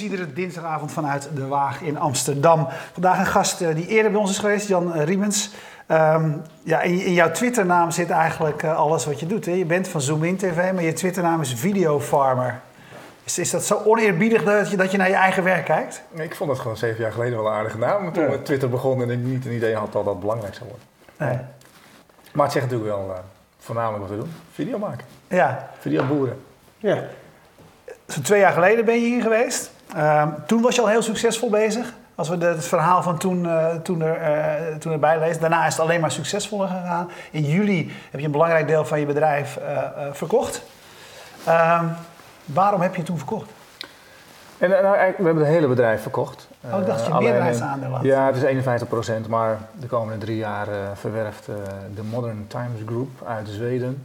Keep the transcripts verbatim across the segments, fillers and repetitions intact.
iedere dinsdagavond vanuit De Waag in Amsterdam. Vandaag een gast uh, die eerder bij ons is geweest, Jan uh, Riemens. Um, ja, in, in jouw Twitternaam zit eigenlijk uh, alles wat je doet. Hè? Je bent van Zoomin T V, maar je Twitternaam is Videofarmer. Is, is dat zo oneerbiedig dat je, dat je naar je eigen werk kijkt? Ik vond dat gewoon zeven jaar geleden wel een aardige naam. Toen ja. Twitter begon en ik niet een idee had dat dat belangrijk zou worden. Nee. Maar het zegt natuurlijk wel uh, voornamelijk wat we doen. Video maken. Ja. Videoboeren. Ja. Zo'n twee jaar geleden ben je hier geweest. Uh, toen was je al heel succesvol bezig. Als we de, het verhaal van toen, uh, toen, er, uh, toen erbij lezen. Daarna is het alleen maar succesvoller gegaan. In juli heb je een belangrijk deel van je bedrijf uh, uh, verkocht. Uh, waarom heb je het toen verkocht? En, nou, we hebben het hele bedrijf verkocht. Oh, ik dacht dat je meerderheidsaandeel had. Ja, het is eenenvijftig procent, maar de komende drie jaar uh, verwerft uh, de Modern Times Group uit Zweden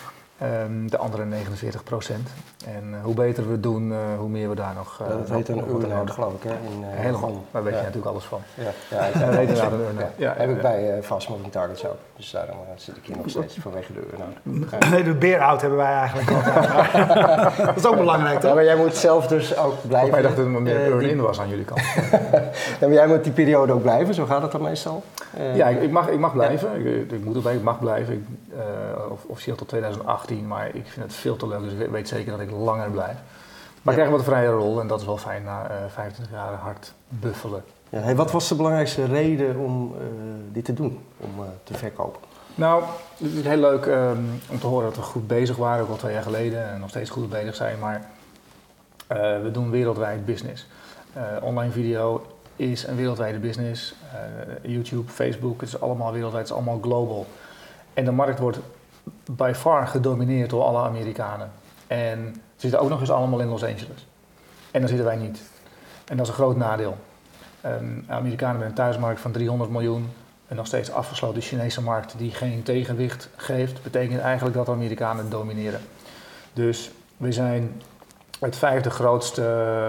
um, de andere negenenveertig procent. En uh, hoe beter we het doen, uh, hoe meer we daar nog... Uh, ja, dat heet een earn-out, geloof ik, hè? In, uh, Helemaal, daar weet ja. je natuurlijk alles van. Ja, ja, ik dat heet inderdaad een earn-out. Ja, ja, heb ja, ik bij uh, Fast Moving Targets ook. Dus daarom uh, zit ik hier nog steeds vanwege de earn-out. Nee, de bear-out hebben wij eigenlijk altijd. Dat is ook belangrijk, toch? Ja, maar jij moet zelf dus ook blijven... Maar ik dacht dat er meer uh, earn-in die... was aan jullie kant. Ja, maar jij moet die periode ook blijven, zo gaat het dan meestal? Uh, ja, ik, ik, mag, ik mag blijven. Ja. Ik, ik moet erbij, ik mag blijven. Ik, uh, officieel tot twintig achttien, maar ik vind het veel te leuk, dus ik weet zeker dat ik langer blijf. Maar ik krijg wat een vrije rol en dat is wel fijn na uh, vijfentwintig jaar hard buffelen. Ja, hey, wat was de belangrijkste reden om uh, dit te doen, om uh, te verkopen? Nou, het is heel leuk um, om te horen dat we goed bezig waren, ook al twee jaar geleden en nog steeds goed bezig zijn. Maar uh, we doen wereldwijd business. Uh, online video is een wereldwijde business. Uh, YouTube, Facebook, het is allemaal wereldwijd, het is allemaal global. En de markt wordt by far gedomineerd door alle Amerikanen. En ze zitten ook nog eens allemaal in Los Angeles. En daar zitten wij niet. En dat is een groot nadeel. Um, Amerikanen met een thuismarkt van driehonderd miljoen, een nog steeds afgesloten Chinese markt die geen tegenwicht geeft, betekent eigenlijk dat de Amerikanen domineren. Dus we zijn het vijfde grootste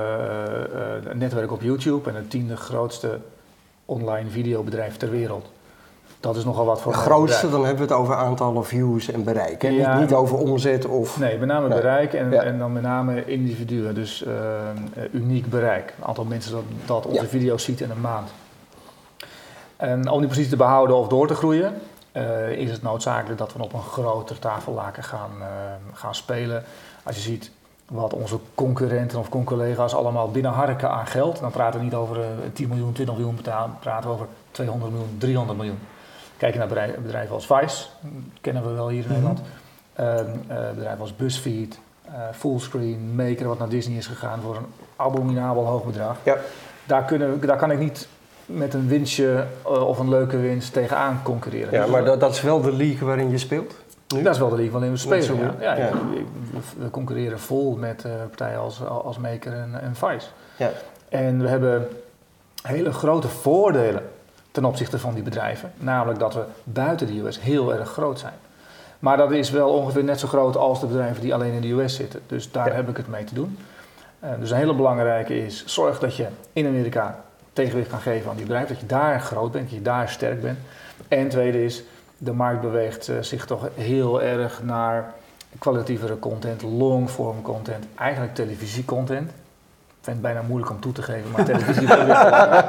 uh, uh, netwerk op YouTube en het tiende grootste online videobedrijf ter wereld. Dat is nogal wat voor de grootste, dan hebben we het over aantallen views en bereik. Ja, niet, niet over omzet of... Nee, met name nee. bereik en, ja. en dan met name individuen. Dus uh, uniek bereik. Een aantal mensen dat, dat onze ja. video's ziet in een maand. En om die positie te behouden of door te groeien, uh, is het noodzakelijk dat we op een groter tafellaken gaan, uh, gaan spelen. Als je ziet wat onze concurrenten of concollega's allemaal binnenharken aan geld, dan praten we niet over uh, tien miljoen, twintig miljoen betalen, praten we over tweehonderd miljoen, driehonderd miljoen. Kijk je naar bedrijven als Vice, kennen we wel hier in Nederland. Uh, uh, bedrijven als BuzzFeed, uh, Fullscreen, Maker, wat naar Disney is gegaan voor een abominabel hoog bedrag. Ja. Daar, kunnen, daar kan ik niet met een winstje uh, of een leuke winst tegenaan concurreren. Ja, dus maar dat, dat is wel de league waarin je speelt? Nu? Dat is wel de league waarin we spelen, ja. Ja, ja. We concurreren vol met uh, partijen als, als Maker en, en Vice. Ja. En we hebben hele grote voordelen ten opzichte van die bedrijven. Namelijk dat we buiten de U S heel erg groot zijn. Maar dat is wel ongeveer net zo groot als de bedrijven die alleen in de U S zitten. Dus daar ja. heb ik het mee te doen. Uh, dus een hele belangrijke is, zorg dat je in Amerika tegenwicht kan geven aan die bedrijven. Dat je daar groot bent, dat je daar sterk bent. En tweede is, de markt beweegt uh, zich toch heel erg naar kwalitatievere content, long-form content, eigenlijk televisiecontent. Ik vind het bijna moeilijk om toe te geven, maar televisie is uh,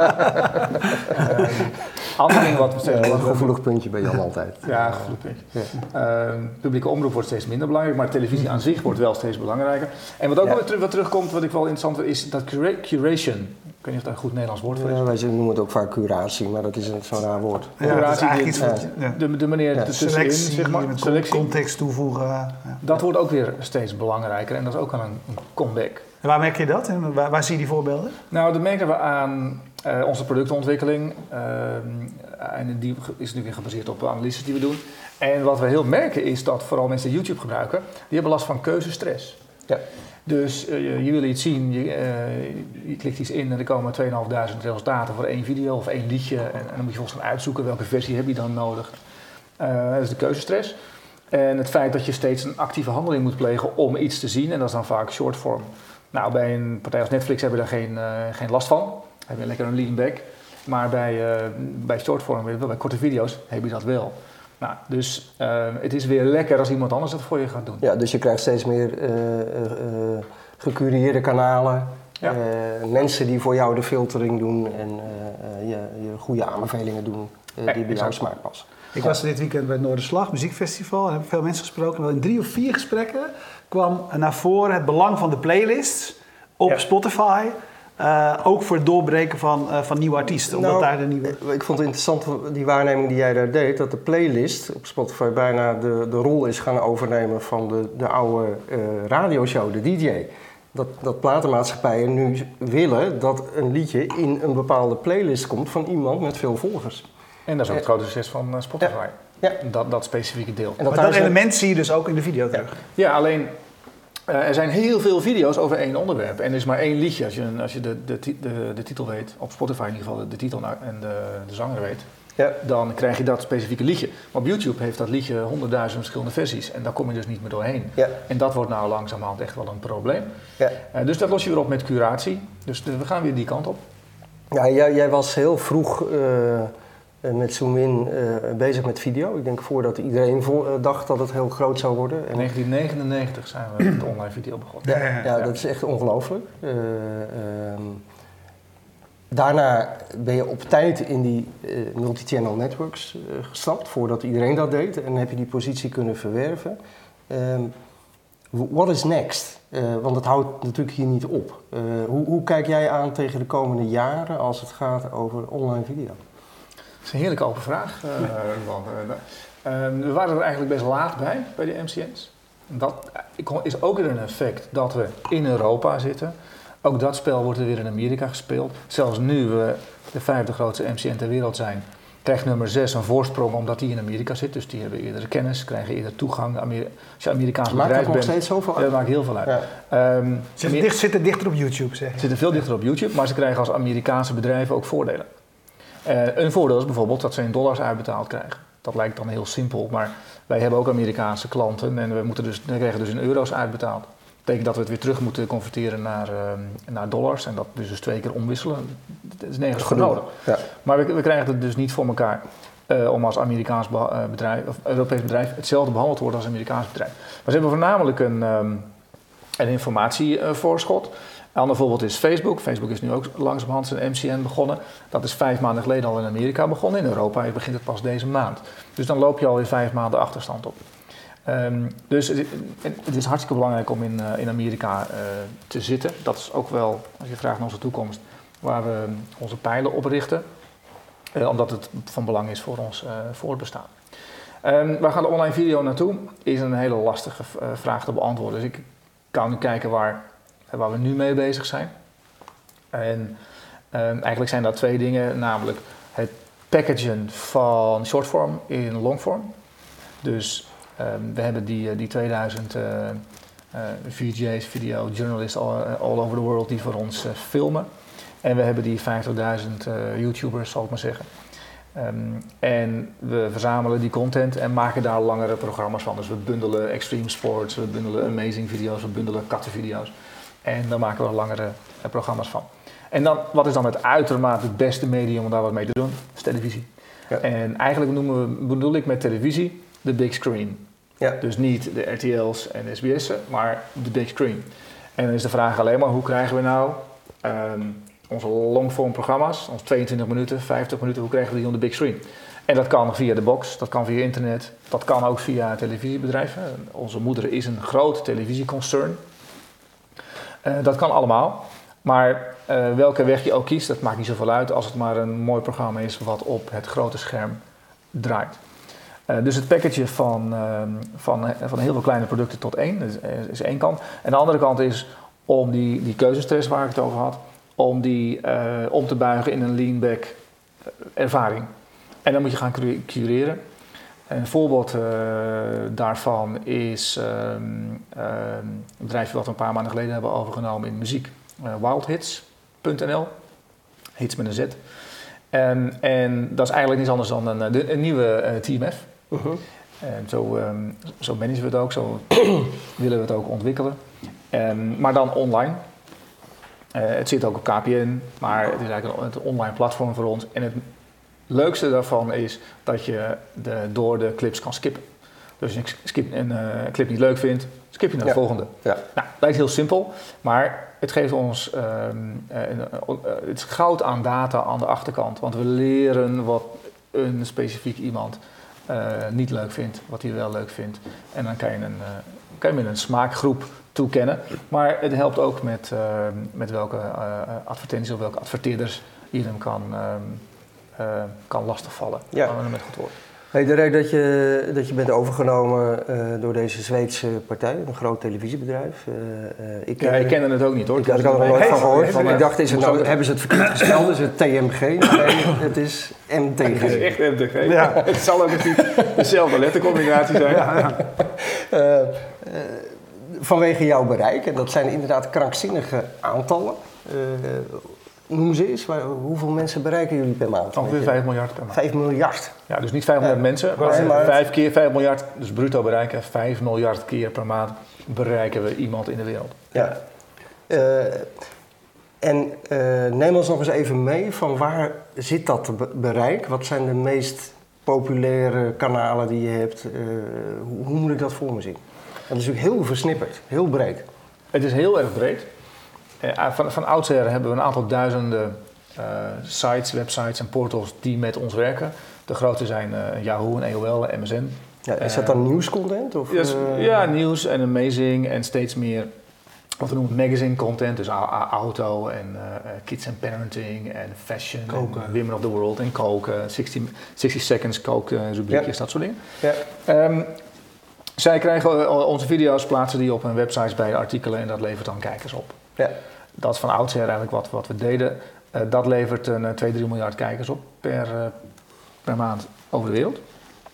Ander ding wat we steeds ja, een gevoelig puntje bij Jan altijd. Ja, een gevoelig puntje. Ja. Uh, publieke omroep wordt steeds minder belangrijk, maar televisie aan zich wordt wel steeds belangrijker. En wat ook ja. wel wat terugkomt, wat ik wel interessant vind, is dat cura- curation. Ik weet niet of dat een goed Nederlands woord voor is. Ja, wij noemen het ook vaak curatie, maar dat is een zo'n raar woord. Ja, curatie is iets wat, ja. de, de manier ja, tussenin, selectie, zeg maar, selectie, context toevoegen. Ja. Dat wordt ook weer steeds belangrijker en dat is ook al een, een comeback. En waar merk je dat? En waar, waar zie je die voorbeelden? Nou, dat merken we aan uh, onze productontwikkeling. Uh, en die is natuurlijk weer gebaseerd op analyses die we doen. En wat we heel merken is dat vooral mensen die YouTube gebruiken, die hebben last van keuzestress. Ja. Dus uh, je wil iets zien, je, uh, je klikt iets in en er komen tweeduizend vijfhonderd resultaten voor één video of één liedje. En, en dan moet je volgens gaan uitzoeken welke versie heb je dan nodig. Uh, dat is de keuzestress. En het feit dat je steeds een actieve handeling moet plegen om iets te zien, en dat is dan vaak shortform. Nou, bij een partij als Netflix hebben we daar geen, uh, geen last van. Heb je lekker een lean back. Maar bij, uh, bij shortform, bij korte video's, heb je dat wel. Nou, dus uh, het is weer lekker als iemand anders dat voor je gaat doen. Ja, dus je krijgt steeds meer uh, uh, gecureerde kanalen Ja. Uh, mensen die voor jou de filtering doen en uh, uh, je, je goede aanbevelingen doen uh, die ja, bij jouw smaak passen. Ik was dit weekend bij het Noorderslag muziekfestival en heb veel mensen gesproken. Wel in drie of vier gesprekken kwam naar voren het belang van de playlists op ja. Spotify. Uh, ook voor het doorbreken van, uh, van nieuwe artiesten. Omdat nou, daar de nieuwe... Ik vond het interessant, die waarneming die jij daar deed, dat de playlist op Spotify bijna de, de rol is gaan overnemen van de, de oude uh, radioshow, de D J. Dat, dat platenmaatschappijen nu willen dat een liedje in een bepaalde playlist komt van iemand met veel volgers. En dat is ook het grote succes van uh, Spotify. Ja. Ja. Dat, dat specifieke deel. En dat, maar dat element zie je dus ook in de video terug. Ja, ja alleen... Uh, er zijn heel veel video's over één onderwerp en er is maar één liedje. Als je, als je de, de, de, de titel weet, op Spotify in ieder geval de, de titel en de, de zanger weet, ja. dan krijg je dat specifieke liedje. Maar op YouTube heeft dat liedje honderdduizend verschillende versies en daar kom je dus niet meer doorheen. Ja. En dat wordt nou langzamerhand echt wel een probleem. Ja. Uh, dus dat los je weer op met curatie. Dus de, we gaan weer die kant op. Ja, jij, jij was heel vroeg... Uh... met Zoomin uh, bezig met video. Ik denk voordat iedereen vo- uh, dacht dat het heel groot zou worden. In negentien negenennegentig zijn we met online video begonnen. Ja, ja, ja, dat is echt ongelooflijk. Uh, uh, daarna ben je op tijd in die uh, multi-channel networks uh, gestapt, voordat iedereen dat deed. En heb je die positie kunnen verwerven. Um, what is next? Uh, want het houdt natuurlijk hier niet op. Uh, hoe, hoe kijk jij aan tegen de komende jaren als het gaat over online video? Dat is een heerlijke open vraag. Uh, uh, uh, we waren er eigenlijk best laat bij, bij de M C N's. Dat is ook weer een effect dat we in Europa zitten. Ook dat spel wordt er weer in Amerika gespeeld. Zelfs nu we de vijfde grootste M C N ter wereld zijn, krijgt nummer zes een voorsprong omdat die in Amerika zit. Dus die hebben eerder kennis, krijgen eerder toegang. Ameri- Als je Amerikaans bedrijf bent... Maakt het nog steeds zoveel uit? Dat maakt heel veel uit. Ja. Um, zitten, dicht, zitten dichter op YouTube, zeg je? Zitten veel dichter op YouTube, maar ze krijgen als Amerikaanse bedrijven ook voordelen. Uh, een voordeel is bijvoorbeeld dat ze in dollars uitbetaald krijgen. Dat lijkt dan heel simpel, maar wij hebben ook Amerikaanse klanten en we, moeten dus, we krijgen dus in euro's uitbetaald. Dat betekent dat we het weer terug moeten converteren naar, uh, naar dollars en dat dus, dus twee keer omwisselen. Dat is nergens voor nodig. Ja. Maar we, we krijgen het dus niet voor elkaar uh, om als Amerikaans beha- bedrijf, of Europees bedrijf hetzelfde behandeld te worden als Amerikaans bedrijf. Maar ze hebben voornamelijk een, um, een informatievoorschot. Een ander voorbeeld is Facebook. Facebook is nu ook langzamerhand zijn M C N begonnen. Dat is vijf maanden geleden al in Amerika begonnen. In Europa begint het pas deze maand. Dus dan loop je alweer vijf maanden achterstand op. Um, dus het, het is hartstikke belangrijk om in, uh, in Amerika uh, te zitten. Dat is ook wel, als je vraagt naar onze toekomst, waar we onze pijlen op richten. Uh, omdat het van belang is voor ons uh, voortbestaan. Um, waar gaat de online video naartoe? Is een hele lastige uh, vraag te beantwoorden. Dus ik kan nu kijken waar... waar we nu mee bezig zijn. En um, eigenlijk zijn dat twee dingen, namelijk het packagen van shortform in longform. Dus um, we hebben die, die tweeduizend uh, uh, V J's, video journalists all, all over the world die voor ons uh, filmen. En we hebben die vijftigduizend uh, YouTubers, zal ik maar zeggen. Um, en we verzamelen die content en maken daar langere programma's van. Dus we bundelen extreme sports, we bundelen amazing video's, we bundelen kattenvideo's. En daar maken we langere uh, programma's van. En dan, wat is dan het uitermate het beste medium om daar wat mee te doen? Dat is televisie. Ja. En eigenlijk noemen we, bedoel ik met televisie de big screen. Ja. Dus niet de R T L's en de S B S'en, maar de big screen. En dan is de vraag alleen maar, hoe krijgen we nou um, onze longform programma's, ons tweeëntwintig minuten, vijftig minuten, hoe krijgen we die op de big screen? En dat kan via de box, dat kan via internet, dat kan ook via televisiebedrijven. Onze moeder is een groot televisieconcern. Uh, dat kan allemaal, maar uh, welke weg je ook kiest, dat maakt niet zoveel uit als het maar een mooi programma is wat op het grote scherm draait. Uh, dus het packagen van, uh, van, van heel veel kleine producten tot één, dat is, is één kant. En de andere kant is om die, die keuzestress waar ik het over had, om die uh, om te buigen in een lean-back ervaring. En dan moet je gaan cureren. Een voorbeeld uh, daarvan is um, uh, een bedrijfje wat we een paar maanden geleden hebben overgenomen in muziek. Uh, wildhits punt n l, hits met een Z. En, en dat is eigenlijk niets anders dan een, de, een nieuwe uh, T M F. Uh-huh. En zo, um, zo managen we het ook, zo willen we het ook ontwikkelen. Um, maar dan online. Uh, het zit ook op K P N, maar het is eigenlijk een, een online platform voor ons. En het leukste daarvan is dat je de, door de clips kan skippen. Dus als je een, skip, een uh, clip niet leuk vindt, skip je naar de Ja. volgende. Ja. Nou, lijkt heel simpel, maar het geeft ons, uh, uh, uh, het is goud aan data aan de achterkant. Want we leren wat een specifiek iemand uh, niet leuk vindt, wat hij wel leuk vindt. En dan kan je een, uh, kan je met een smaakgroep toekennen. Maar het helpt ook met, uh, met welke uh, advertenties of welke adverteerders je hem kan, uh, uh, kan lastigvallen. Ja. Kan met goed woord. Hey, de reden dat je, dat je bent overgenomen uh, door deze Zweedse partij, een groot televisiebedrijf. Uh, uh, ik, ja, ik kende het ook niet hoor. Ik had er nog nooit van gehoord. Heeft- Want ik dacht, is het nou, Hoezo? hebben ze het verkeerd gesteld? Is het T M G? Nee, het is M T G. Het is echt M T G. Ja. Het zal ook niet dezelfde lettercombinatie zijn. Ja, Uh, uh, vanwege jouw bereik, en dat zijn inderdaad krankzinnige aantallen. Uh, noem ze eens, waar, hoeveel mensen bereiken jullie per maand? Ongeveer vijf miljard per maand. vijf miljard. Ja, dus niet vijf miljard Ja. mensen, Nee, maar, maar- vijf keer vijf miljard, dus bruto bereiken, vijf miljard keer per maand bereiken we iemand in de wereld. Ja. Uh, en uh, neem ons nog eens even mee van waar zit dat be- bereik? Wat zijn de meest populaire kanalen die je hebt? Uh, hoe, hoe moet ik dat voor me zien? Dat is natuurlijk heel versnipperd, heel breed. Het is heel erg breed. Eh, van, van oudsher hebben we een aantal duizenden uh, sites, websites en portals die met ons werken. De grote zijn uh, Yahoo en A O L en M S N. Ja, is dat dan nieuwscontent? Of, Dus, uh, ja, nieuws en amazing en steeds meer wat we noemen magazine content, dus a- a- auto en uh, kids and parenting en fashion, Koken. en women of the world en koken, zestig, zestig seconds koken, rubriekjes, Ja. dat soort dingen. Ja. Um, zij krijgen uh, onze video's, plaatsen die op hun websites bij de artikelen en dat levert dan kijkers op. Ja. Dat is van oudsher eigenlijk wat, wat we deden. Uh, dat levert een uh, twee, drie miljard kijkers op per, uh, per maand over de wereld.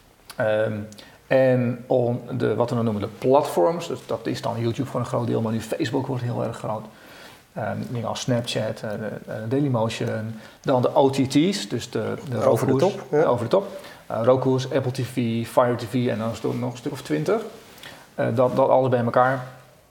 Um, En on de, wat we dan noemen de platforms, dus dat is dan YouTube voor een groot deel, maar nu Facebook wordt heel erg groot. Um, dingen als Snapchat, uh, uh, Dailymotion, dan de O T T's, dus de, de Over de Roku's, top, ja. over de top. Uh, Roku's, Apple T V, Fire T V en dan is er nog een stuk of twintig. Uh, dat, dat alles bij elkaar.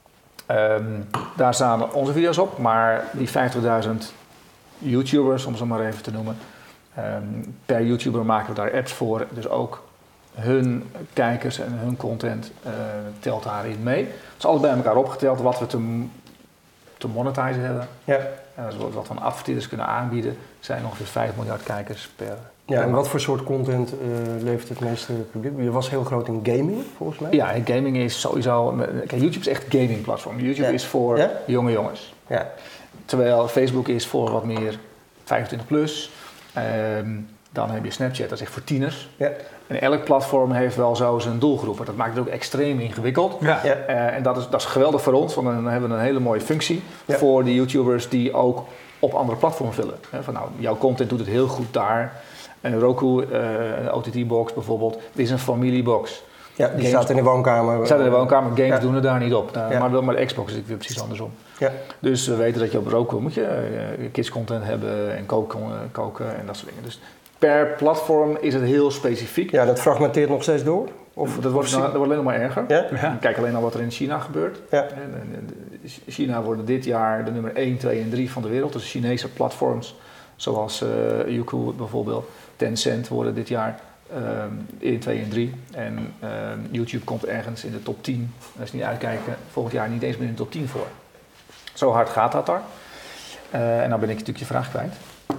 Um, daar staan onze video's op, maar die vijftigduizend YouTubers, om ze maar even te noemen. Um, per YouTuber maken we daar apps voor, dus ook hun kijkers en hun content uh, telt daarin mee. Het is alles bij elkaar opgeteld wat we te, te monetizen hebben. Ja. Uh, dus wat we aan adverteerders kunnen aanbieden, zijn ongeveer vijf miljard kijkers per. Ja, per en maand. wat voor soort content uh, levert het meeste publiek? Je was heel groot in gaming, volgens mij. Ja, en gaming is sowieso. Kijk, YouTube is echt een gaming platform. YouTube Ja. is voor Ja? jonge jongens. Ja. Terwijl Facebook is voor wat meer vijfentwintig plus. Um, dan heb je Snapchat, dat is echt voor tieners. Ja. En elk platform heeft wel zo zijn doelgroepen. Dat maakt het ook extreem ingewikkeld. Ja. Ja. Uh, en dat is, dat is geweldig voor ons, want dan hebben we een hele mooie functie Ja. voor die YouTubers die ook op andere platforms willen. He, van, nou, jouw content doet het heel goed daar. En Roku, uh, een O T T-box bijvoorbeeld, dit is een familiebox. Ja, die Games- staat in de woonkamer. Staat in de woonkamer, games Ja. doen er daar niet op. Uh, Ja. Maar wel maar de Xbox is het weer precies andersom. Ja. Dus we weten dat je op Roku moet je uh, kids content hebben en koken, uh, koken en dat soort dingen. Dus per platform is het heel specifiek. Ja, dat fragmenteert nog steeds door? Of, dat, wordt, nou, dat wordt alleen nog maar erger. Ja? Ja. Kijk alleen al wat er in China gebeurt. Ja. En, en, en, China worden dit jaar de nummer één, twee en drie van de wereld. Dus Chinese platforms zoals uh, Youku bijvoorbeeld, Tencent worden dit jaar um, één, twee en drie. En um, YouTube komt ergens in de top tien. Als je niet uitkijken, volgend jaar niet eens meer in de top tien voor. Zo hard gaat dat daar. Uh, en dan ben ik natuurlijk je vraag kwijt.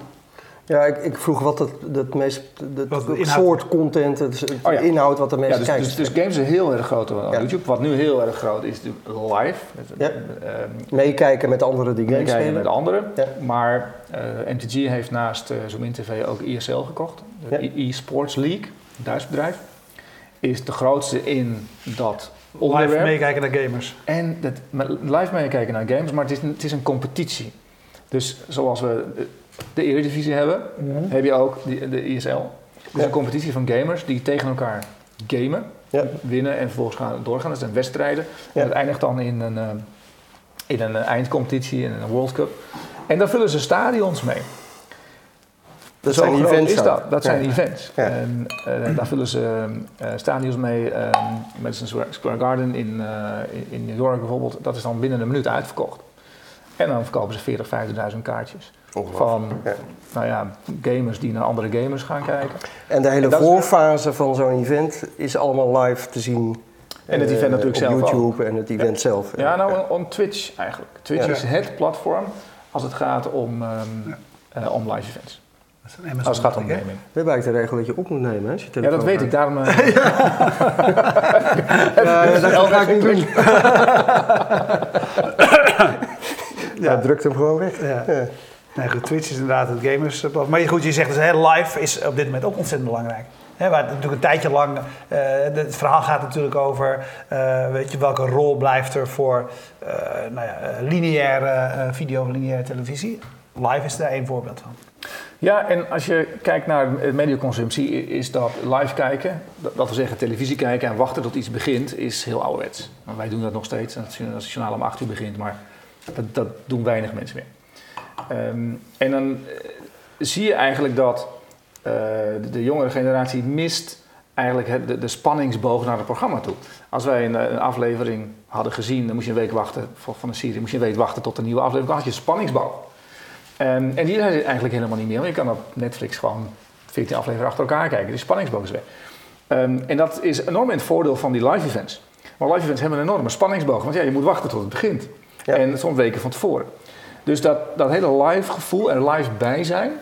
Ja, ik, ik vroeg wat het, het meest, het, Wat de het inhoud- soort content, het, het Oh ja. inhoud wat de Ja, meeste dus, kijkers. dus, dus games is heel erg groot op Ja. YouTube. Wat nu heel erg groot is, natuurlijk live. Met, Ja. um, Meekijken met anderen die games meekijken spelen. met anderen. Ja. Maar uh, M T G heeft naast uh, Zoomin T V ook I S L gekocht. De Ja. E- eSports League, een Duits bedrijf. Is de grootste in dat Live onderwerp. meekijken naar gamers. En dat, met live meekijken naar games, maar het is, een, het is een competitie. Dus zoals we de, de Eredivisie hebben, Mhm. heb je ook die, de I S L. Het is Ja. een competitie van gamers die tegen elkaar gamen, Ja. winnen en vervolgens gaan doorgaan. Dat zijn wedstrijden. Ja. En dat eindigt dan in een, uh, in een eindcompetitie, in een World Cup. En daar vullen ze stadions mee. Dat Zo zijn groot events is dan. dat. Dat zijn Ja. events. Ja. En uh, daar vullen ze uh, stadions mee. Uh, Madison Square Garden in, uh, in New York bijvoorbeeld. Dat is dan binnen een minuut uitverkocht. En dan verkopen ze veertig, vijftigduizend kaartjes. Ongelooflijk. Van Ja. nou ja, gamers die naar andere gamers gaan kijken. En de hele En dat is- voorfase van zo'n event is allemaal live te zien. En het eh, event natuurlijk op zelf YouTube en het event zelf. Ja, nou, on Twitch eigenlijk. Twitch Ja. is het platform als het gaat om, um, uh, om live events. Dat is een Amazon Als het gaat om natuurlijk, gaming. We hebben eigenlijk de regel dat je op moet nemen, hè, als je Ja, telefoon dat weet ik. Daarom... Uh, Ja, ja, dat ga ik niet doen. Ja, drukt hem gewoon weg. hè? Ja. Ja. Nee, goed, Twitch is inderdaad het gamers. Maar goed, je zegt dus, hè, live is op dit moment ook ontzettend belangrijk. Hè, waar het natuurlijk een tijdje lang, uh, het verhaal gaat natuurlijk over, uh, weet je, welke rol blijft er voor uh, nou ja, lineaire uh, video, lineaire televisie. Live is daar één voorbeeld van. Ja, en als je kijkt naar mediaconsumptie, is dat live kijken, dat wil zeggen televisie kijken en wachten tot iets begint, is heel ouderwets. Want wij doen dat nog steeds, als het journaal om acht uur begint, maar dat, dat doen weinig mensen meer. Um, en dan uh, zie je eigenlijk dat uh, de, de jongere generatie mist eigenlijk het, de, de spanningsboog naar het programma toe. Als wij een, een aflevering hadden gezien, dan moest je een week wachten, voor, van een serie, moest je een week wachten tot een nieuwe aflevering, dan had je een spanningsboog. Um, en die is eigenlijk helemaal niet meer, want je kan op Netflix gewoon veertien afleveringen achter elkaar kijken, die spanningsboog is weg. Um, en dat is enorm in het voordeel van die live events. Maar live events hebben een enorme spanningsboog, want ja, je moet wachten tot het begint. Ja. En soms weken van tevoren. Dus dat, dat hele live gevoel en live bij zijn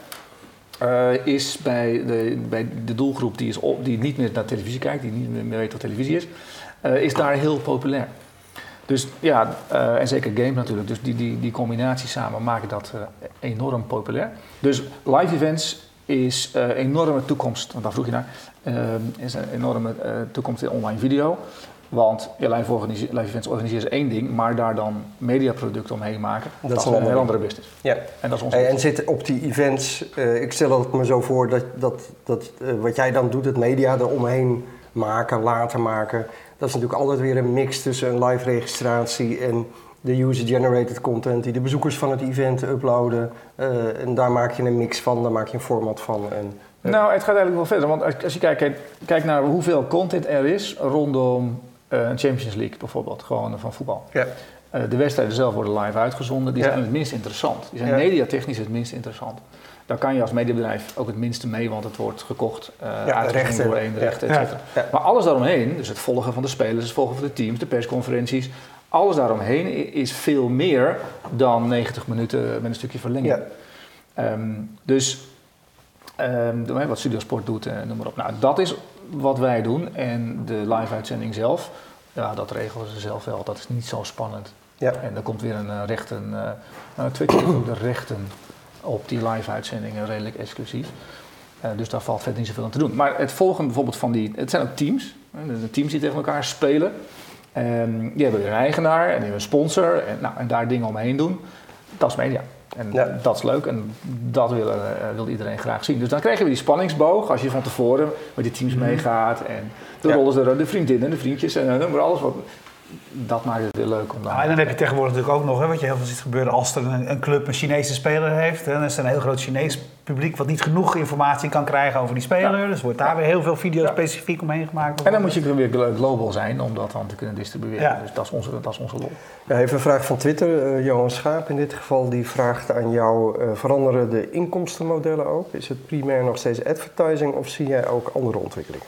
uh, is bij de, bij de doelgroep die, is op, die niet meer naar televisie kijkt, die niet meer weet wat televisie is, uh, is daar heel populair. Dus ja, uh, en zeker games natuurlijk, dus die, die, die combinatie samen maken dat uh, enorm populair. Dus live events is een uh, enorme toekomst, want daar vroeg je naar, uh, is een enorme uh, toekomst in online video. Want ja, live, organise- live events organiseren is één ding, maar daar dan mediaproducten omheen maken, dat, dat is een heel andere business. Ja. En, dat is ons en, en zit op die events, uh, ik stel het me zo voor dat, dat, dat uh, wat jij dan doet, het media eromheen maken, laten maken, dat is natuurlijk altijd weer een mix tussen een live registratie en de user-generated content die de bezoekers van het event uploaden. Uh, en daar maak je een mix van, daar maak je een format van. En, uh. Nou, het gaat eigenlijk wel verder, want als, als je kijkt, kijkt naar hoeveel content er is rondom uh, een Champions League bijvoorbeeld, gewoon uh, van voetbal. Ja. Uh, de wedstrijden zelf worden live uitgezonden, die ja. zijn het minst interessant. Die zijn ja. mediatechnisch het minst interessant. Daar kan je als mediabedrijf ook het minste mee, want het wordt gekocht, uh, ja, uitgezonden door één, de rechten, et cetera. Ja. Ja. Maar alles daaromheen, dus het volgen van de spelers, het volgen van de teams, de persconferenties, alles daaromheen is veel meer dan negentig minuten met een stukje verlenging. Ja. Um, dus um, wat Studiosport doet, uh, noem maar op. Nou, dat is wat wij doen en de live-uitzending zelf, ja, dat regelen ze zelf wel. Dat is niet zo spannend. Ja. En er komt weer een uh, rechten, uh, nou, Twitch heeft ook de rechten op die live-uitzendingen redelijk exclusief. Uh, dus daar valt verder niet zoveel aan te doen. Maar het volgen bijvoorbeeld van die, het zijn ook teams, de teams die tegen elkaar spelen. Um, die hebben weer een eigenaar en die hebben een sponsor en, nou, en daar dingen omheen doen. Dat is media. En ja. dat is leuk en dat wil, uh, wil iedereen graag zien. Dus dan krijgen we die spanningsboog als je van tevoren met die teams mm-hmm. meegaat. En de ja. rollen er, de vriendinnen, de vriendjes en uh, alles wat. Dat maakt het weer leuk om dan... Ah, en dan heb je tegenwoordig natuurlijk ook nog, hè, wat je heel veel ziet gebeuren, als er een, een club een Chinese speler heeft. Hè, dan is er een heel groot Chinees publiek wat niet genoeg informatie kan krijgen over die speler. Ja. Dus wordt daar weer heel veel video's ja. specifiek omheen gemaakt. En dan moet je weer global zijn om dat dan te kunnen distribueren. Ja. Dus dat is onze, dat is onze lol. Ja, even een vraag van Twitter. Uh, Johan Schaap in dit geval, die vraagt aan jou, uh, veranderen de inkomstenmodellen ook? Is het primair nog steeds advertising of zie jij ook andere ontwikkelingen?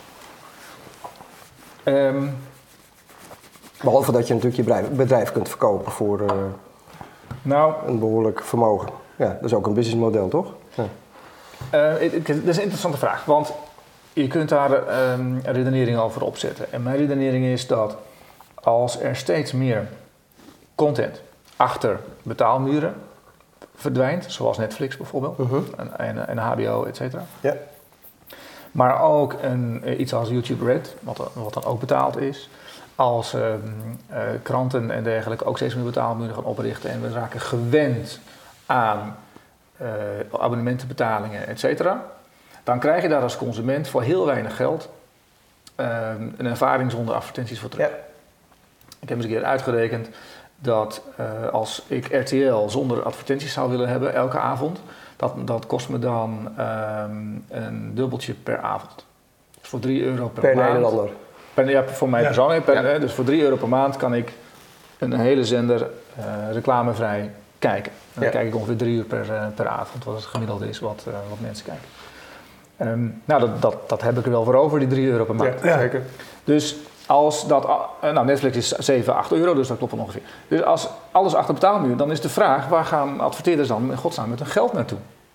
Um, Behalve dat je natuurlijk je bedrijf kunt verkopen voor uh, nou, een behoorlijk vermogen. Ja, dat is ook een businessmodel, toch? Ja. Uh, het, het, dat is een interessante vraag, want je kunt daar um, een redenering over opzetten. En mijn redenering is dat als er steeds meer content achter betaalmuren verdwijnt, zoals Netflix bijvoorbeeld, uh-huh. en, en, en H B O, et cetera. Ja. Maar ook een, iets als YouTube Red, wat, wat dan ook betaald is. Als uh, uh, kranten en dergelijke ook steeds meer betaalmuren gaan oprichten en we raken gewend aan uh, abonnementenbetalingen, et cetera, dan krijg je daar als consument voor heel weinig geld uh, een ervaring zonder advertenties voor terug. Ja. Ik heb eens een keer uitgerekend dat uh, als ik R T L zonder advertenties zou willen hebben elke avond, dat, dat kost me dan um, een dubbeltje per avond. Dus voor drie euro per, per maand. Nederlander. Per, ja, voor mij ja. persoonlijk. Per, ja. Dus voor drie euro per maand kan ik een hele zender uh, reclamevrij kijken. En dan Ja. kijk ik ongeveer drie uur per, uh, per avond, wat het gemiddelde is wat, uh, wat mensen kijken. Um, nou, dat, dat, dat heb ik er wel voor over, die drie euro per maand. Ja, ja. Zeker. Dus als dat, uh, nou Netflix is zeven, acht euro, dus dat klopt wel ongeveer. Dus als alles achter betaalmuur, dan is de vraag, waar gaan adverteerders dan in godsnaam met hun geld naartoe?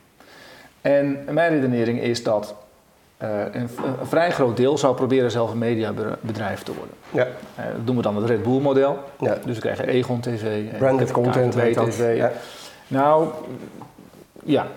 En mijn redenering is dat uh, een, een vrij groot deel zou proberen zelf een mediabedrijf te worden. Ja. Uh, dat doen we dan het Red Bull model. Ja. Dus we krijgen Egon T V. Branded content. K T V. Ja. Nou, ja.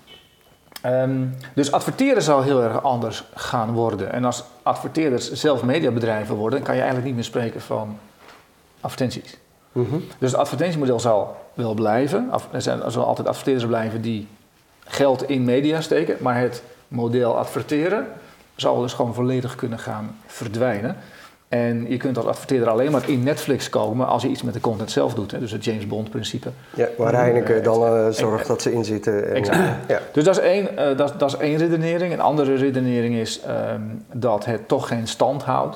Um, dus adverteren zal heel erg anders gaan worden. En als adverteerders zelf mediabedrijven worden, dan kan je eigenlijk niet meer spreken van advertenties. Mm-hmm. Dus het advertentiemodel zal wel blijven. Er zijn, er zullen altijd adverteerders blijven die geld in media steken, maar het model adverteren zal dus gewoon volledig kunnen gaan verdwijnen. En je kunt als adverteerder alleen maar in Netflix komen als je iets met de content zelf doet. Hè? Dus het James Bond principe. Ja, waar Heineken dan uh, zorgt dat ze inzitten. En, exact. Ja. Dus dat is, één, uh, dat, dat is één redenering. Een andere redenering is um, dat het toch geen stand houdt.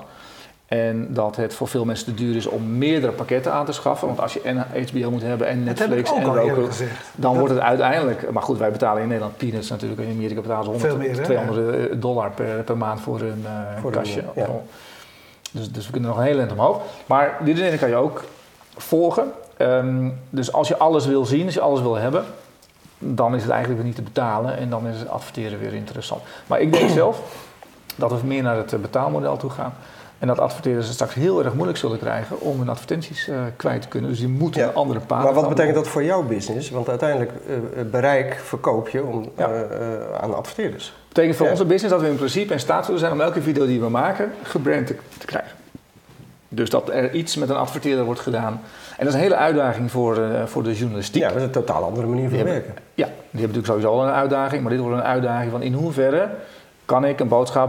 En dat het voor veel mensen te duur is om meerdere pakketten aan te schaffen. Want als je en H B O moet hebben en Netflix en Roku, dan dat wordt het uiteindelijk... Maar goed, wij betalen in Nederland peanuts natuurlijk. In Amerika betalen ze honderd, meer, tweehonderd dollar per, per maand voor een uh, voor kastje. Een, ja. Dus, dus we kunnen nog een hele eind omhoog. Maar die redenering kan je ook volgen. Um, dus als je alles wil zien, als je alles wil hebben, dan is het eigenlijk weer niet te betalen. En dan is het adverteren weer interessant. Maar ik denk zelf dat we meer naar het betaalmodel toe gaan. En dat adverteerders het straks heel erg moeilijk zullen krijgen om hun advertenties uh, kwijt te kunnen. Dus die moeten ja, een andere paden. Maar wat betekent dat voor jouw business? Want uiteindelijk uh, bereik verkoop je om, ja. uh, uh, aan adverteerders. Dat betekent voor ja. onze business dat we in principe in staat zullen zijn om elke video die we maken gebrand te, te krijgen. Dus dat er iets met een adverteerder wordt gedaan. En dat is een hele uitdaging voor, uh, voor de journalistiek. Ja, dat is een totaal andere manier van werken. Ja, die hebben natuurlijk sowieso al een uitdaging. Maar dit wordt een uitdaging van in hoeverre kan ik een boodschap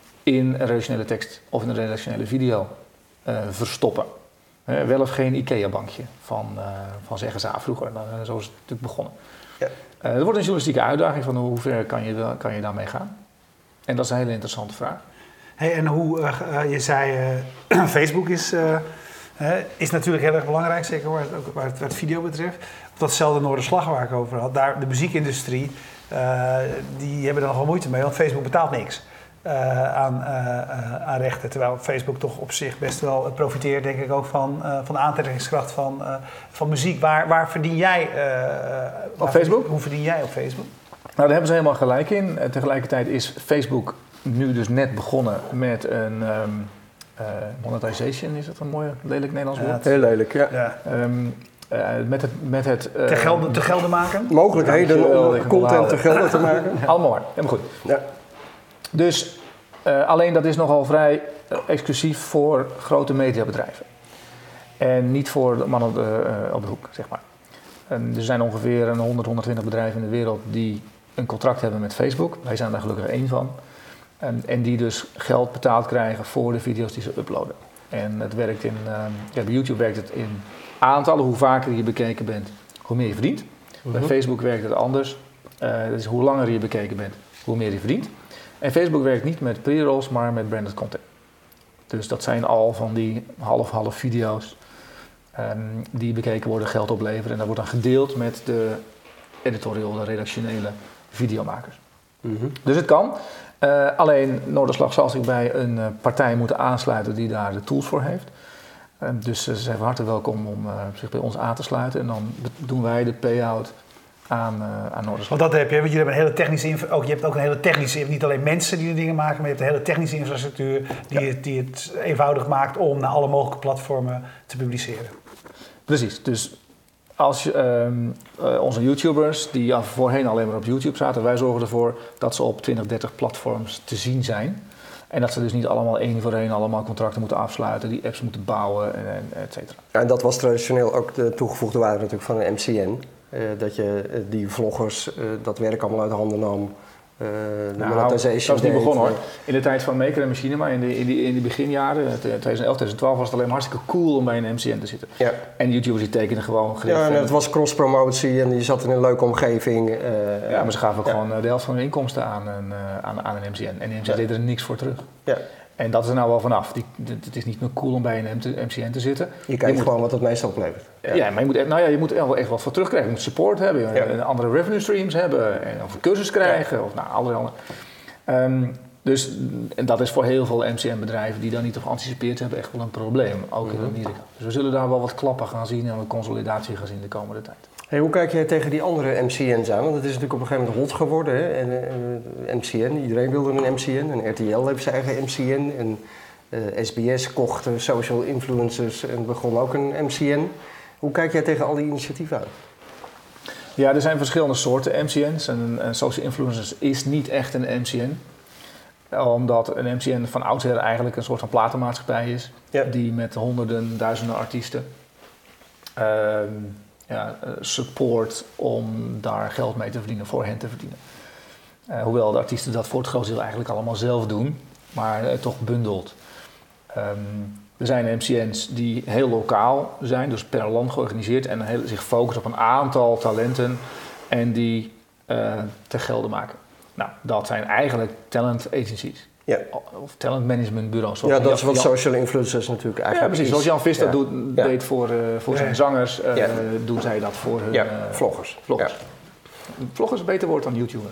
in een redactionele tekst of in een redactionele video uh, verstoppen. Uh, wel of geen IKEA-bankje van, uh, van zeggen ze vroeger. Uh, zo is het natuurlijk begonnen. Ja. Uh, er wordt een journalistieke uitdaging van hoe ver kan je, kan je daarmee gaan. En dat is een hele interessante vraag. Hey, en hoe, uh, je zei, uh, Facebook is, uh, uh, is natuurlijk heel erg belangrijk, zeker waar het, ook waar het, waar het video betreft. Of datzelfde Noorderslag waar ik over had, daar de muziekindustrie, uh, die hebben er nog wel moeite mee, want Facebook betaalt niks. Uh, aan, uh, uh, aan rechten. Terwijl Facebook toch op zich best wel profiteert, denk ik ook, van, uh, van de aantrekkingskracht van, uh, van muziek. Waar, waar verdien jij uh, op Facebook? Verdien, hoe verdien jij op Facebook? Nou, daar hebben ze helemaal gelijk in. Uh, tegelijkertijd is Facebook nu dus net begonnen met een um, uh, monetization. Is dat een mooi, lelijk Nederlands woord? Ja, heel lelijk, ja. ja. Um, uh, met het... Met het uh, te, gelden, te gelden maken? Mogelijkheden om content te gelden te maken. Allemaal maar, helemaal goed. Ja. Dus uh, alleen dat is nogal vrij uh, exclusief voor grote mediabedrijven. En niet voor de mannen op de, uh, op de hoek, zeg maar. En er zijn ongeveer een honderd, honderdtwintig bedrijven in de wereld die een contract hebben met Facebook. Wij zijn daar gelukkig één van. En, en die dus geld betaald krijgen voor de video's die ze uploaden. En het werkt in, uh, ja, bij YouTube werkt het in aantallen. Hoe vaker je bekeken bent, hoe meer je verdient. Mm-hmm. Bij Facebook werkt het anders. Uh, dat is hoe langer je bekeken bent, hoe meer je verdient. En Facebook werkt niet met pre-rolls, maar met branded content. Dus dat zijn al van die half-half video's um, die bekeken worden, geld opleveren. En dat wordt dan gedeeld met de editorial, de redactionele videomakers. Mm-hmm. Dus het kan. Uh, alleen Noorderslag zal zich bij een uh, partij moeten aansluiten die daar de tools voor heeft. Uh, dus uh, ze zijn van harte welkom om uh, zich bij ons aan te sluiten. En dan doen wij de payout aan, uh, aan Noorderslag. Want dat heb je, want jullie hebben een hele technische infra- ook, je hebt ook een hele technische, je hebt niet alleen mensen die de dingen maken, maar je hebt een hele technische infrastructuur die, ja. het, die het eenvoudig maakt om naar alle mogelijke platformen te publiceren. Precies, dus als je, um, uh, onze YouTubers die voorheen alleen maar op YouTube zaten, wij zorgen ervoor dat ze op twintig, dertig platforms te zien zijn. En dat ze dus niet allemaal één voor één allemaal contracten moeten afsluiten, die apps moeten bouwen, en, en et cetera. Ja, en dat was traditioneel ook de toegevoegde waarde natuurlijk van een M C N. Uh, dat je uh, die vloggers uh, dat werk allemaal uit handen nam. Uh, de nou, dat is niet deed. begonnen hoor. In de tijd van Maker en Machine, maar in de, in die, in die beginjaren, twintig elf, twintig twaalf, was het alleen maar hartstikke cool om bij een M C N te zitten. Ja. En YouTubers die tekenen gewoon grif. Ja, en het was cross-promotie en je zat in een leuke omgeving. Uh, ja, maar ze gaven ook ja. gewoon de helft van hun inkomsten aan een, aan, aan een M C N. En de M C N ja. deed er niks voor terug. Ja. En dat is er nou wel vanaf. Die, het is niet meer cool om bij een M C N te zitten. Je kijkt je gewoon moet, wat het meestal oplevert. Ja, ja maar je moet, nou ja, je moet er wel echt wat voor terugkrijgen. Je moet support hebben, Ja. en andere revenue streams hebben, en of een cursus krijgen, ja. of nou, allerlei andere. Um, dus en dat is voor heel veel M C N-bedrijven die dan niet op geanticipeerd hebben echt wel een probleem, ook mm-hmm. in Amerika. Dus we zullen daar wel wat klappen gaan zien en wat consolidatie gaan zien de komende tijd. Hey, hoe kijk jij tegen die andere M C N's aan? Want het is natuurlijk op een gegeven moment hot geworden. Hè? En, uh, M C N, iedereen wilde een M C N. En R T L heeft zijn eigen M C N. En uh, S B S kocht uh, social influencers en begon ook een M C N. Hoe kijk jij tegen al die initiatieven aan? Ja, er zijn verschillende soorten M C N's. En, en social influencers is niet echt een M C N. Omdat een M C N van oudsher eigenlijk een soort van platenmaatschappij is. Ja. Die met honderden, duizenden artiesten uh, ja, support om daar geld mee te verdienen, voor hen te verdienen. Uh, hoewel de artiesten dat voor het grootste deel eigenlijk allemaal zelf doen, maar uh, toch bundelt. Um, er zijn M C N's die heel lokaal zijn, dus per land georganiseerd en heel, zich focussen op een aantal talenten en die uh, te gelden maken. Nou, dat zijn eigenlijk talent agencies. Ja. Of talent management bureaus. Ja, dat Jan, is wat Jan, social influencers natuurlijk eigenlijk. Ja, precies. Zoals Jan Vis dat ja. doet, ja. deed voor, uh, voor ja. zijn zangers, uh, ja. doen zij dat voor hun ja. uh, vloggers. vloggers. Ja. Vloggers is een beter woord dan YouTuber.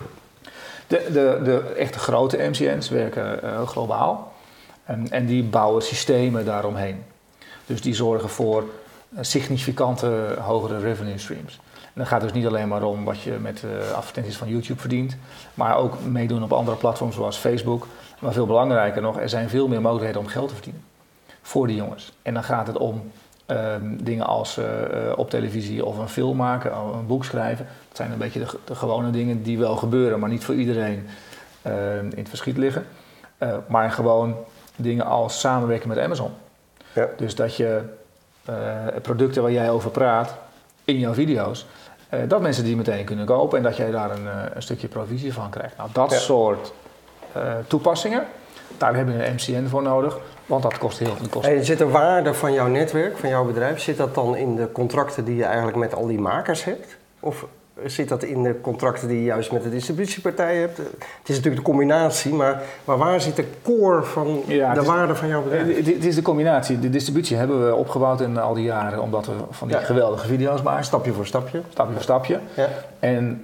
De, de, de echte grote M C N's werken uh, globaal. En, en die bouwen systemen daaromheen. Dus die zorgen voor uh, significante hogere revenue streams. En dan gaat het dus niet alleen maar om wat je met uh, advertenties van YouTube verdient, maar ook meedoen op andere platforms zoals Facebook. Maar veel belangrijker nog, er zijn veel meer mogelijkheden om geld te verdienen voor die jongens. En dan gaat het om uh, dingen als uh, op televisie of een film maken, of een boek schrijven. Dat zijn een beetje de, de gewone dingen die wel gebeuren, maar niet voor iedereen uh, in het verschiet liggen. Uh, maar gewoon dingen als samenwerken met Amazon. Ja. Dus dat je uh, producten waar jij over praat in jouw video's, uh, dat mensen die meteen kunnen kopen en dat jij daar een, uh, een stukje provisie van krijgt. Nou, dat ja. soort uh, toepassingen, daar hebben we een M C N voor nodig, want dat kost heel veel kosten. En zit de waarde van jouw netwerk, van jouw bedrijf, zit dat dan in de contracten die je eigenlijk met al die makers hebt? Of zit dat in de contracten die je juist met de distributiepartij hebt? Het is natuurlijk de combinatie, maar, maar waar zit de core van ja, de is, waarde van jouw bedrijf? Het, het is de combinatie. De distributie hebben we opgebouwd in al die jaren, omdat we van die ja. geweldige video's maken. Stapje voor stapje. Stapje voor stapje. Ja. En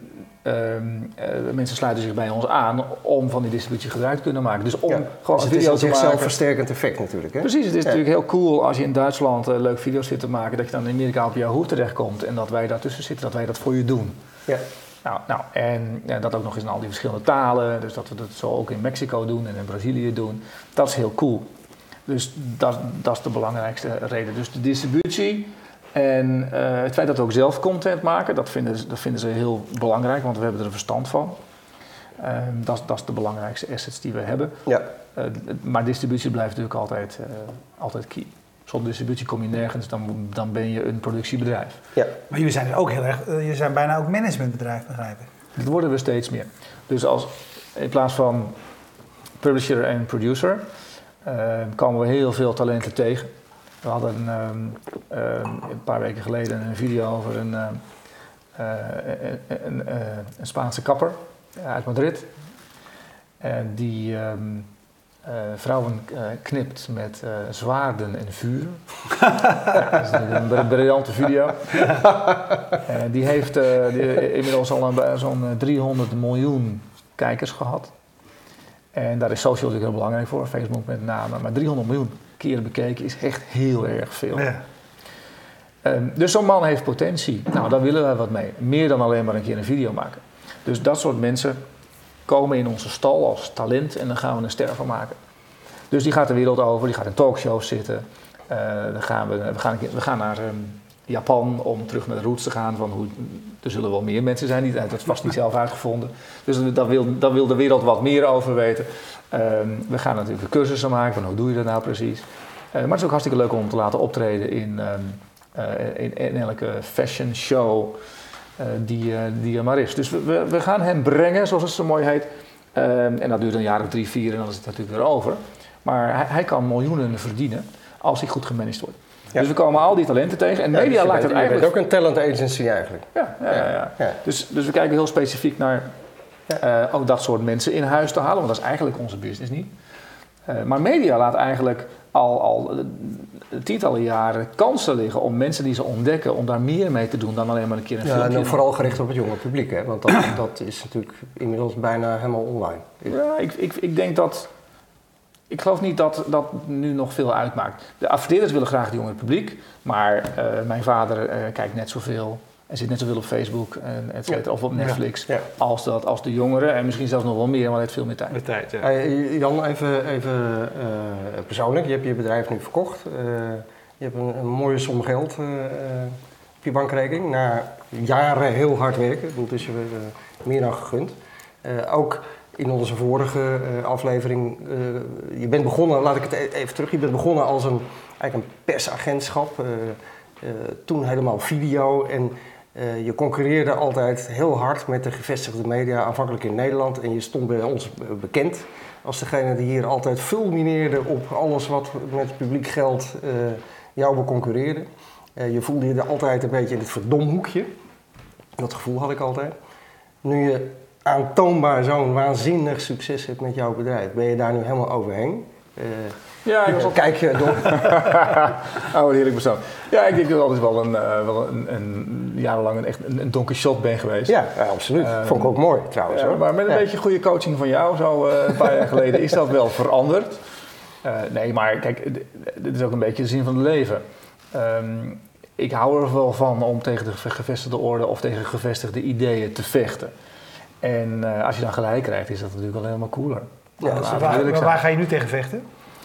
um, uh, mensen sluiten zich bij ons aan om van die distributie gebruik te kunnen maken. Dus om ja. gewoon dus een video te maken. Het is een zelfversterkend maken. effect natuurlijk. Hè? Precies, het is ja. natuurlijk heel cool als je in Duitsland uh, leuk video's zit te maken, dat je dan in Amerika op Yahoo terechtkomt en dat wij daartussen zitten, dat wij dat voor je doen. Ja. Nou, nou, en ja, dat ook nog eens in al die verschillende talen, dus dat we dat zo ook in Mexico doen en in Brazilië doen, dat is heel cool. Dus dat, dat is de belangrijkste reden. Dus de distributie en uh, het feit dat we ook zelf content maken, dat vinden, dat vinden ze heel belangrijk, want we hebben er een verstand van. Uh, dat, dat is de belangrijkste assets die we hebben. Ja. Uh, maar distributie blijft natuurlijk altijd, uh, altijd key. Zonder distributie kom je nergens, dan, dan ben je een productiebedrijf. Ja. Maar jullie zijn ook heel erg, jullie zijn bijna ook managementbedrijf, begrijp ik. Dat worden we steeds meer. Dus als, in plaats van publisher en producer, uh, komen we heel veel talenten tegen. We hadden um, um, een paar weken geleden een video over een, uh, uh, een, een, uh, een Spaanse kapper uit Madrid. En die um, Uh, vrouwen uh, knipt met uh, zwaarden en vuur. Ja, dat is een, een briljante video. Uh, die heeft uh, die, inmiddels al een, zo'n driehonderd miljoen kijkers gehad. En daar is social natuurlijk heel belangrijk voor, Facebook met name. Maar driehonderd miljoen keer bekeken is echt heel erg veel. Ja. Uh, dus zo'n man heeft potentie. Nou, daar willen we wat mee. Meer dan alleen maar een keer een video maken. Dus dat soort mensen komen in onze stal als talent en dan gaan we een ster van maken. Dus die gaat de wereld over, die gaat in talkshows zitten. Uh, dan gaan we, we, gaan, we gaan naar um, Japan om terug naar de roots te gaan. Van hoe, er zullen wel meer mensen zijn, die dat is vast niet zelf uitgevonden. Dus daar wil, daar wil de wereld wat meer over weten. Uh, we gaan natuurlijk cursussen maken van hoe doe je dat nou precies. Uh, maar het is ook hartstikke leuk om te laten optreden in, um, uh, in, in elke fashion show. Uh, die, uh, die er maar is. Dus we, we gaan hem brengen, zoals het zo mooi heet. Uh, en dat duurt een jaar of drie, vier en dan is het natuurlijk weer over. Maar hij, hij kan miljoenen verdienen als hij goed gemanaged wordt. Ja. Dus we komen al die talenten tegen. En media ja, dus laat het eigenlijk... Je bent ook een talent agency eigenlijk. Ja, ja, ja, ja. ja. Dus, dus we kijken heel specifiek naar uh, ook dat soort mensen in huis te halen. Want dat is eigenlijk onze business niet. Uh, maar media laat eigenlijk al, al uh, tientallen jaren kansen liggen om mensen die ze ontdekken, om daar meer mee te doen dan alleen maar een keer een ja, filmpje. en vooral gericht op het jonge publiek, hè? Want dat, dat is natuurlijk inmiddels bijna helemaal online. Ja, ik, ik, ik denk dat... Ik geloof niet dat dat nu nog veel uitmaakt. De adverteerders willen graag het jongere publiek, maar uh, mijn vader uh, kijkt net zoveel en zit net zoveel op Facebook en et cetera, ja. of op Netflix, ja. Ja. als, dat, als de jongeren. En misschien zelfs nog wel meer, maar hij heeft veel meer tijd. Met tijd, ja. Hey, Jan, even, even uh, persoonlijk. Je hebt je bedrijf nu verkocht. Uh, je hebt een, een mooie som geld uh, op je bankrekening. Na jaren heel hard werken. Dat is je uh, meer dan gegund. Uh, ook in onze vorige uh, aflevering. Uh, je bent begonnen, laat ik het even terug. Je bent begonnen als een, eigenlijk een persagentschap. Uh, uh, toen helemaal video. En Uh, je concurreerde altijd heel hard met de gevestigde media, aanvankelijk in Nederland. En je stond bij ons bekend als degene die hier altijd fulmineerde op alles wat met publiek geld uh, jou beconcurreerde. Uh, je voelde je er altijd een beetje in het verdomhoekje. Dat gevoel had ik altijd. Nu je aantoonbaar zo'n waanzinnig succes hebt met jouw bedrijf, ben je daar nu helemaal overheen. Uh, Ja, ik was altijd... Kijk je door. Oh, heerlijk persoon. Ja, ik denk dat ik altijd wel een, uh, wel een, een jarenlang een, echt een, een Don Quixote ben geweest. Ja, ja absoluut. Um, Vond ik ook mooi trouwens. Ja, hoor. maar met een ja. beetje goede coaching van jou, zo uh, een paar jaar geleden, is dat wel veranderd. Uh, nee, maar kijk, dit is ook een beetje de zin van het leven. Um, ik hou er wel van om tegen de gevestigde orde of tegen gevestigde ideeën te vechten. En uh, als je dan gelijk krijgt, is dat natuurlijk wel helemaal cooler. Ja, dus waar, waar, waar ga je nu tegen vechten?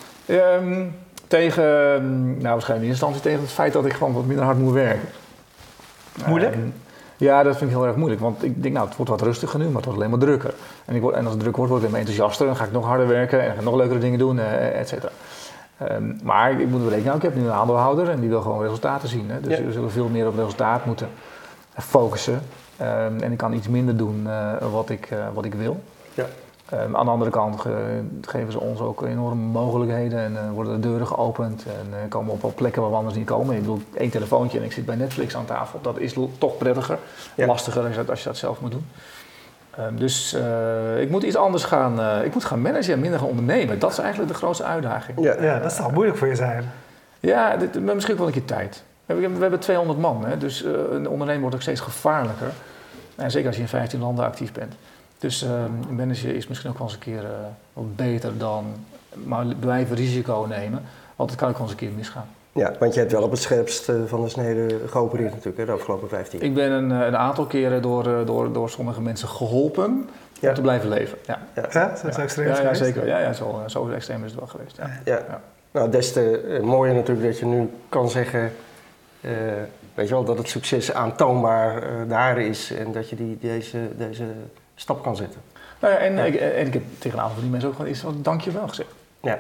Um, tegen, nou waarschijnlijk in eerste instantie tegen het feit dat ik gewoon wat minder hard moet werken. Moeilijk? Um, ja, dat vind ik heel erg moeilijk, want ik denk nou het wordt wat rustiger nu, maar het wordt alleen maar drukker. En, ik word, en als het druk wordt, word ik weer enthousiaster, dan ga ik nog harder werken en ga ik nog leukere dingen doen, uh, et cetera. Um, maar ik moet berekenen, ik heb nu een aandeelhouder en die wil gewoon resultaten zien. Hè? Dus ja. we zullen veel meer op resultaat moeten focussen. Um, en ik kan iets minder doen uh, wat, ik, uh, wat ik wil. Ja. Um, aan de andere kant ge, geven ze ons ook enorme mogelijkheden en uh, worden de deuren geopend en uh, komen op, op plekken waar we anders niet komen. Ik bedoel, één telefoontje en ik zit bij Netflix aan tafel. Dat is l- toch prettiger, ja. lastiger als je, dat, als je dat zelf moet doen. Um, dus uh, ik moet iets anders gaan, uh, ik moet gaan managen en minder gaan ondernemen. Dat is eigenlijk de grootste uitdaging. Ja, ja dat zal moeilijk voor je zijn. Ja, dit, maar misschien ook wel een keer tijd. We hebben, we hebben tweehonderd man, hè, dus uh, een ondernemen wordt ook steeds gevaarlijker. En zeker als je in vijftien landen actief bent. Dus uh, managen is misschien ook wel eens een keer uh, wat beter dan maar blijven risico nemen. Want het kan ook wel eens een keer misgaan. Ja, want je hebt wel op het scherpst van de snede geopereerd natuurlijk, hè, de afgelopen vijftien. Ik ben een, een aantal keren door, door, door sommige mensen geholpen ja. om te blijven leven. Ja, ja. ja dat is ja. extreem ja, geweest. Ja, zeker. Ja, ja, zo, zo extreem is het wel geweest. Ja. Ja. Ja. Nou, des te uh, mooier natuurlijk dat je nu kan zeggen... Uh, weet je wel, dat het succes aantoonbaar uh, daar is en dat je die, deze, deze stap kan zetten. Nou ja, en, ja. Ik, en ik heb tegen een aantal van die mensen ook gewoon iets van dankjewel gezegd. Ja.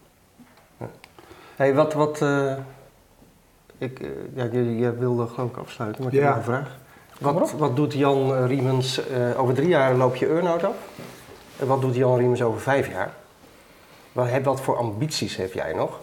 ja. Hey, wat, wat, uh, ik, uh, ja, je, je wilde geloof ik afsluiten, maar ik ja. heb nog een vraag. Wat, wat doet Jan Riemens, uh, over drie jaar loop je earn-out af? En wat doet Jan Riemens over vijf jaar? Wat, wat voor ambities heb jij nog?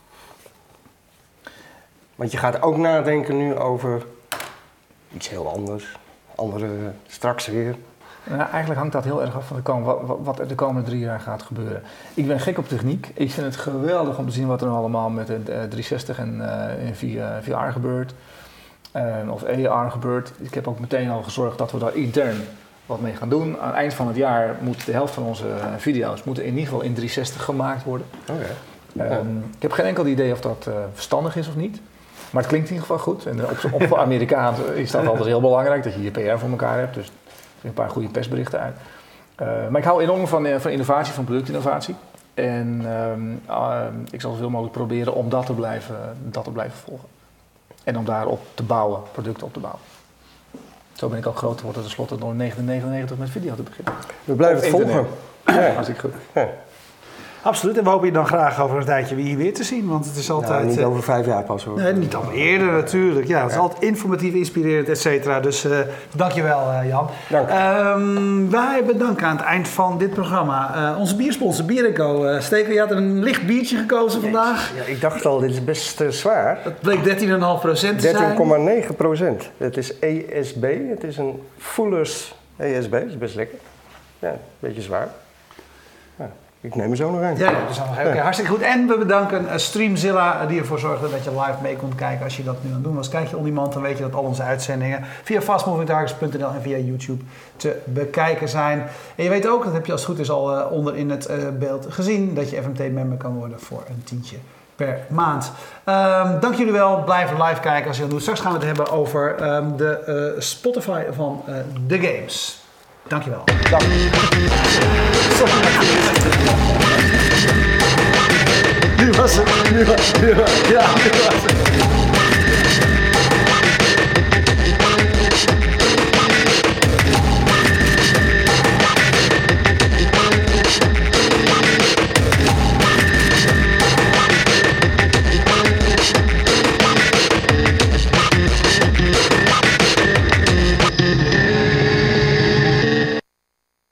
Want je gaat ook nadenken nu over iets heel anders, andere straks weer. Nou, eigenlijk hangt dat heel erg af van de kom- wat, wat er de komende drie jaar gaat gebeuren. Ik ben gek op techniek. Ik vind het geweldig om te zien wat er nou allemaal met de driehonderdzestig en uh, V R gebeurt. Uh, of A R gebeurt. Ik heb ook meteen al gezorgd dat we daar intern wat mee gaan doen. Aan het eind van het jaar moet de helft van onze video's moeten in ieder geval in driehonderdzestig gemaakt worden. Okay. Um, ik heb geen enkel idee of dat uh, verstandig is of niet. Maar het klinkt in ieder geval goed. En op, op Amerikaans is dat altijd heel belangrijk dat je je P R voor elkaar hebt. Dus een paar goede persberichten uit. Uh, maar ik hou enorm van, uh, van innovatie, van productinnovatie. En um, uh, ik zal zoveel mogelijk proberen om dat te blijven, dat te blijven volgen. En om daarop te bouwen, producten op te bouwen. Zo ben ik ook groot geworden tenslotte door negentien negenennegentig met video te beginnen. We blijven het volgen. Ja, hartstikke goed. Ja. Absoluut, en we hopen je dan graag over een tijdje hier weer te zien, want het is altijd... Nou, niet over vijf jaar pas hoor. Nee, niet al eerder natuurlijk. Ja, het is ja. altijd informatief, inspirerend, et cetera. Dus uh, dankjewel uh, Jan. Dank. Um, wij bedanken aan het eind van dit programma uh, onze biersponsor Bier en Co. Uh, Steker, je had een licht biertje gekozen vandaag. Ja, ik dacht al, dit is best uh, zwaar. Het bleek dertien komma vijf procent te zijn. dertien komma negen procent. Het is E S B, het is een Fuller's E S B, dat is best lekker. Ja, een beetje zwaar. Ja. Ik neem er zo nog een. Ja, ja, dus okay, ja. Hartstikke goed. En we bedanken uh, Streamzilla die ervoor zorgde dat je live mee kon kijken. Als je dat nu aan het doen was, kijk je on demand, dan weet je dat al onze uitzendingen via fast moving targets punt n l en via YouTube te bekijken zijn. En je weet ook, dat heb je als het goed is al uh, onder in het uh, beeld gezien, dat je F M T-member kan worden voor een tientje per maand. Um, dank jullie wel. Blijf live kijken als je dat doet. Straks gaan we het hebben over um, de uh, Spotify van uh, de games. Dankjewel. Dank. Nu was het. Nu was het. Ja, nu was het.